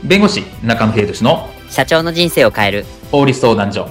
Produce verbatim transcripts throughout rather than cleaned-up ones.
弁護士中野秀俊の社長の人生を変える法律相談所。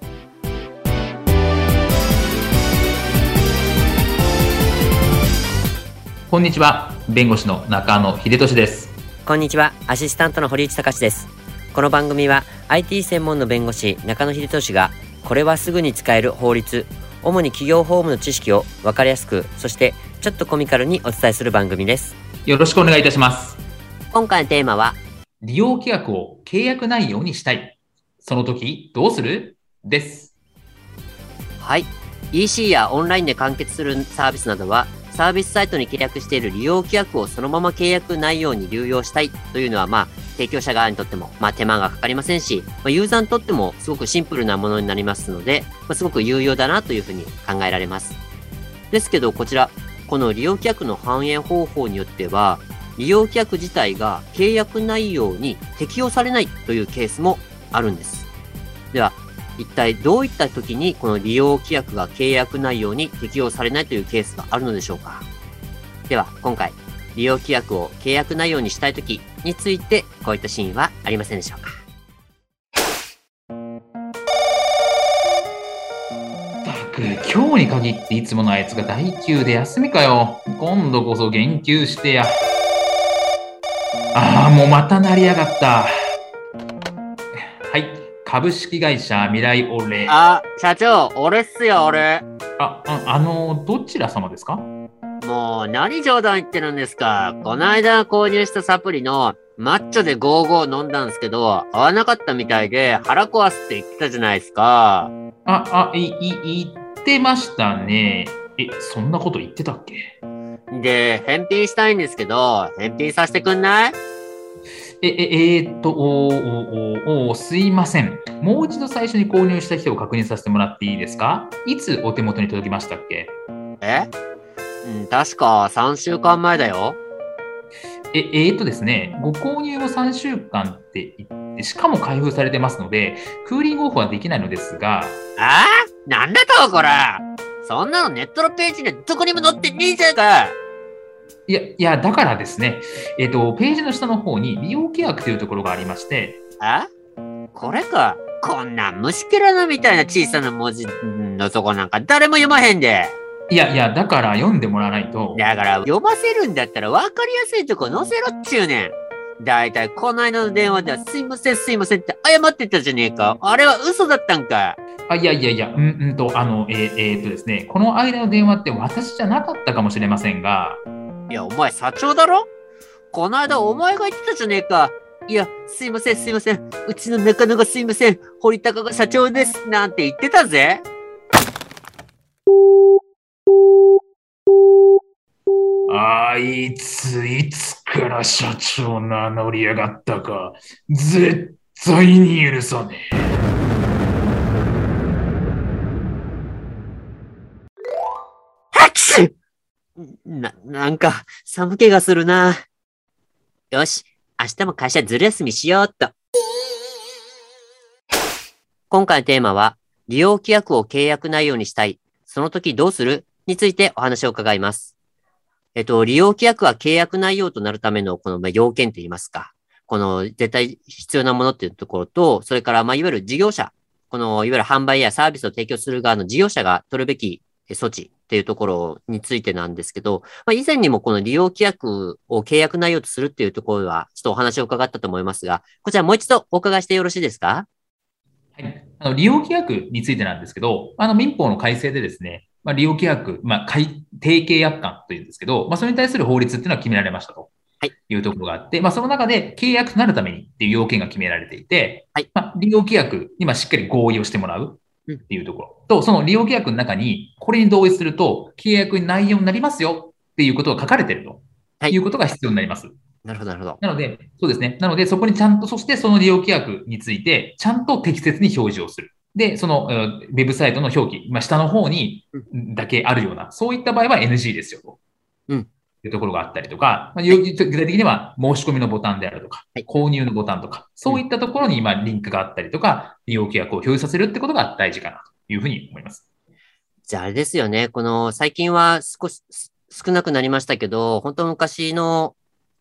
こんにちは、弁護士の中野秀俊です。 こんにちは、アシスタントの堀内隆です。この番組は アイティー 専門の弁護士中野秀俊がこれはすぐに使える法律、主に企業法務の知識を分かりやすく、そしてちょっとコミカルにお伝えする番組です。 よろしくお願いいたします。 今回のテーマは利用規約を契約内容にしたい、その時どうするです。 はい、 イーシー やオンラインで完結するサービスなどはサービスサイトに契約している利用規約をそのまま契約内容に流用したいというのは、まあ提供者側にとっても、まあ、手間がかかりませんし、まあ、ユーザーにとってもすごくシンプルなものになりますので、まあ、すごく有用だなというふうに考えられます。ですけど、こちらこの利用規約の反映方法によっては利用規約自体が契約内容に適用されないというケースもあるんです。では一体どういった時にこの利用規約が契約内容に適用されないというケースがあるのでしょうか。では今回利用規約を契約内容にしたい時についてこういったシーンはありませんでしょうか。 ったく今日に限っていつものあいつが代休で休みかよ。今度こそ言及してや。ああ、もうまた鳴りやがった。はい、株式会社未来オレ。 あ、社長、俺っすよ、俺。 あ、あ、あの、どちら様ですか？ もう、何冗談言ってるんですか。この間購入したサプリのマッチョでゴーゴー飲んだんですけど、合わなかったみたいで腹壊すって言ってたじゃないですか。 あ、あ、い、い、言ってましたね。え、そんなこと言ってたっけ？ で、返品したいんですけど、返品させてくんない？ え、え、えーっと、おーおーおーおーすいません。もう一度最初に購入した人を確認させてもらっていいですか？いつお手元に届きましたっけ？ え？うん、確かさんしゅうかんまえだよ。 え、えーっとですね、ご購入後さんしゅうかんって言って、しかも開封されてますので、クーリングオフはできないのですが、 あー？なんだとこら。そんなのネットのページにどこにも載ってねえじゃんか。 いや、いや、だからですね、えーっと、ページの下の方に利用規約というところがありまして、 あ？これか。こんな虫けらなみたいな小さな文字のとこなんか誰も読まへんで。 いやいや、だから読んでもらわないと。 だから読ませるんだったら分かりやすいとこ載せろっちゅうねん。だいたいこの間の電話ではすいませんすいませんって謝ってたじゃねえか。あれは嘘だったんか。 あ、いやいやいや、うん、うんと、あの、えー、えーっとですね、この間の電話って私じゃなかったかもしれませんが、 いや、お前社長だろ？この間お前が言ってたじゃねえか。いや、すいませんすいません。うちの中野がすいません。堀高が社長です。なんて言ってたぜ。 あいつ、いつから社長名乗りやがったか、絶対に許さねえ。 はっちな、なんか、寒気がするな。よし、明日も会社ずる休みしようっと。今回のテーマは、利用規約を契約内容にしたい、その時どうするについてお話を伺います。えっと、利用規約は契約内容となるためのこのまあ要件といいますか、この絶対必要なものっていうところと、それからまあいわゆる事業者、このいわゆる販売やサービスを提供する側の事業者が取るべき措置っていうところについてなんですけど、まあ、以前にもこの利用規約を契約内容とするっていうところはちょっとお話を伺ったと思いますが、こちらもう一度お伺いしてよろしいですか？ はい、あの利用規約についてなんですけど、あの民法の改正でですね、まあ、利用規約、まあ、改定契約感というんですけど、まあ、それに対する法律っていうのは決められましたというところがあって、まあ、その中で契約となるためにっていう要件が決められていて、 はい、 まあ、利用規約にまあしっかり合意をしてもらうっていうところと、その利用規約の中にこれに同意すると契約内容になりますよっていうことが書かれているということが必要になります。 なるほど、なるほど。 なので、そうですね。なので、そこにちゃんと、そしてその利用規約について、ちゃんと適切に表示をする。で、その、ウェブサイトの表記、まあ、下の方にだけあるような、そういった場合は エヌジー ですよと。 うん。 いうところがあったりとか、まあ、具体的には申し込みのボタンであるとか、 はい、 購入のボタンとか、そういったところに今リンクがあったりとか、利用規約を表示させるってことが大事かなというふうに思います。 じゃああれですよね。この最近は少し少なくなりましたけど、本当昔の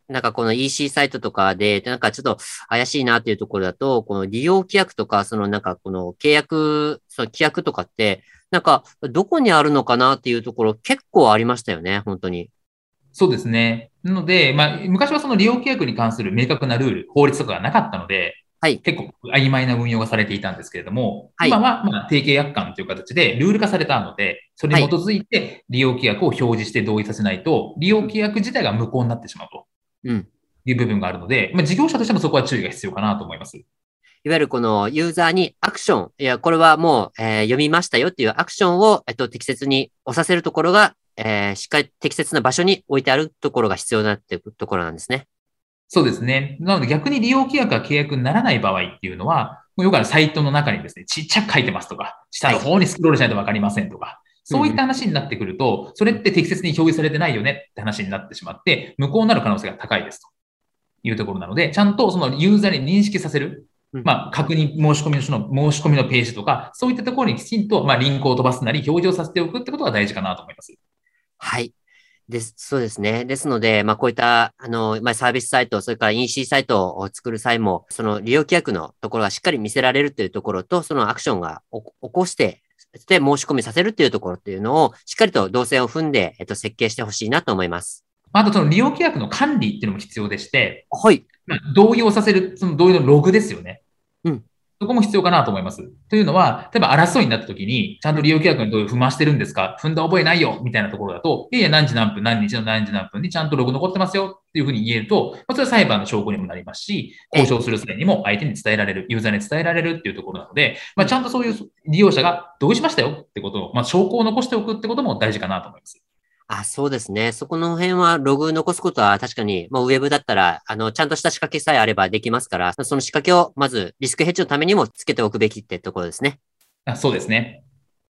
なんかこの イーシー サイトとかで、なんかちょっと怪しいなっていうところだと、この利用規約とか、そのなんかこの契約、その規約とかって、なんかどこにあるのかなっていうところ結構ありましたよね、本当に。 そうですね。なので、まあ、昔はその利用規約に関する明確なルール、法律とかがなかったので、 はい。 結構曖昧な運用がされていたんですけれども、 はい。 今は、まあ、定型約款という形でルール化されたので、それはい。 に基づいて利用規約を表示して同意させないと、利用規約自体が無効になってしまうとうん。 いう部分があるので、まあ、事業者としてもそこは注意が必要かなと思います。 いわゆるこのユーザーにアクション、いや、これはもう、えー読みましたよっていうアクションを、えっと、適切に押させるところが、えーしっかり適切な場所に置いてあるところが必要になっているところなんですね。 そうですね。なので逆に利用規約が契約にならない場合っていうのは、もうよくあるサイトの中にですね、ちっちゃく書いてますとか、下はい。 の方にスクロールしないとわかりませんとか、そういったうんうん。 話になってくると、それって適切に表示されてないよねって話になってしまって、無効になる可能性が高いですというところなので、ちゃんとそのユーザーに認識させる、 うん。 まあ、確認申し込みの書の申し込みのページとか、そういったところにきちんと、まあ、リンクを飛ばすなり、表示をさせておくってことが大事かなと思います。 はい。です、そうですね。ですので、まあ、こういった、あの、まあ、サービスサイト、それから イーシー サイトを作る際も、その利用規約のところがしっかり見せられるというところと、そのアクションがお起こして、で、申し込みさせるというところっていうのを、しっかりと動線を踏んで、えっと、設計してほしいなと思います。 あと、その利用規約の管理っていうのも必要でして、 はい。 まあ同意をさせる、その同意のログですよね。 うん。 そこも必要かなと思います。というのは、例えば争いになった時に、ちゃんと利用規約にどういう踏ましてるんですか、踏んだ覚えないよみたいなところだと、いやいや、何時何分、何日の何時何分にちゃんとログ残ってますよっていうふうに言えると、まあ、それは裁判の証拠にもなりますし、交え、 渉する際にも相手に伝えられる、ユーザーに伝えられるっていうところなので、まあ、ちうん。 ゃんとそういう利用者が同意しましたよってことを、まあ、証拠を残しておくってことも大事かなと思います。 あ、そうですね。そこの辺はログ残すことは確かに、もうウェブだったら、あの、ちゃんとした仕掛けさえあればできますから、その仕掛けをまずリスクヘッジのためにもつけておくべきってところですね。 あそうですね。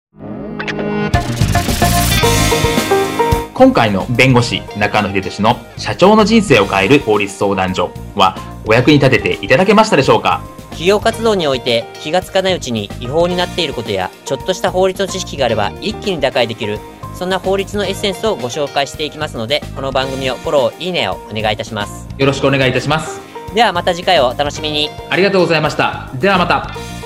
今回の弁護士中野秀俊の社長の人生を変える法律相談所はお役に立てていただけましたでしょうか。 企業活動において気がつかないうちに違法になっていることや、ちょっとした法律の知識があれば一気に打開できる、そんな法律のエッセンスをご紹介していきますので、この番組をフォロー、いいねをお願いいたします。 よろしくお願いいたします。 ではまた次回をお楽しみに。 ありがとうございました。ではまた。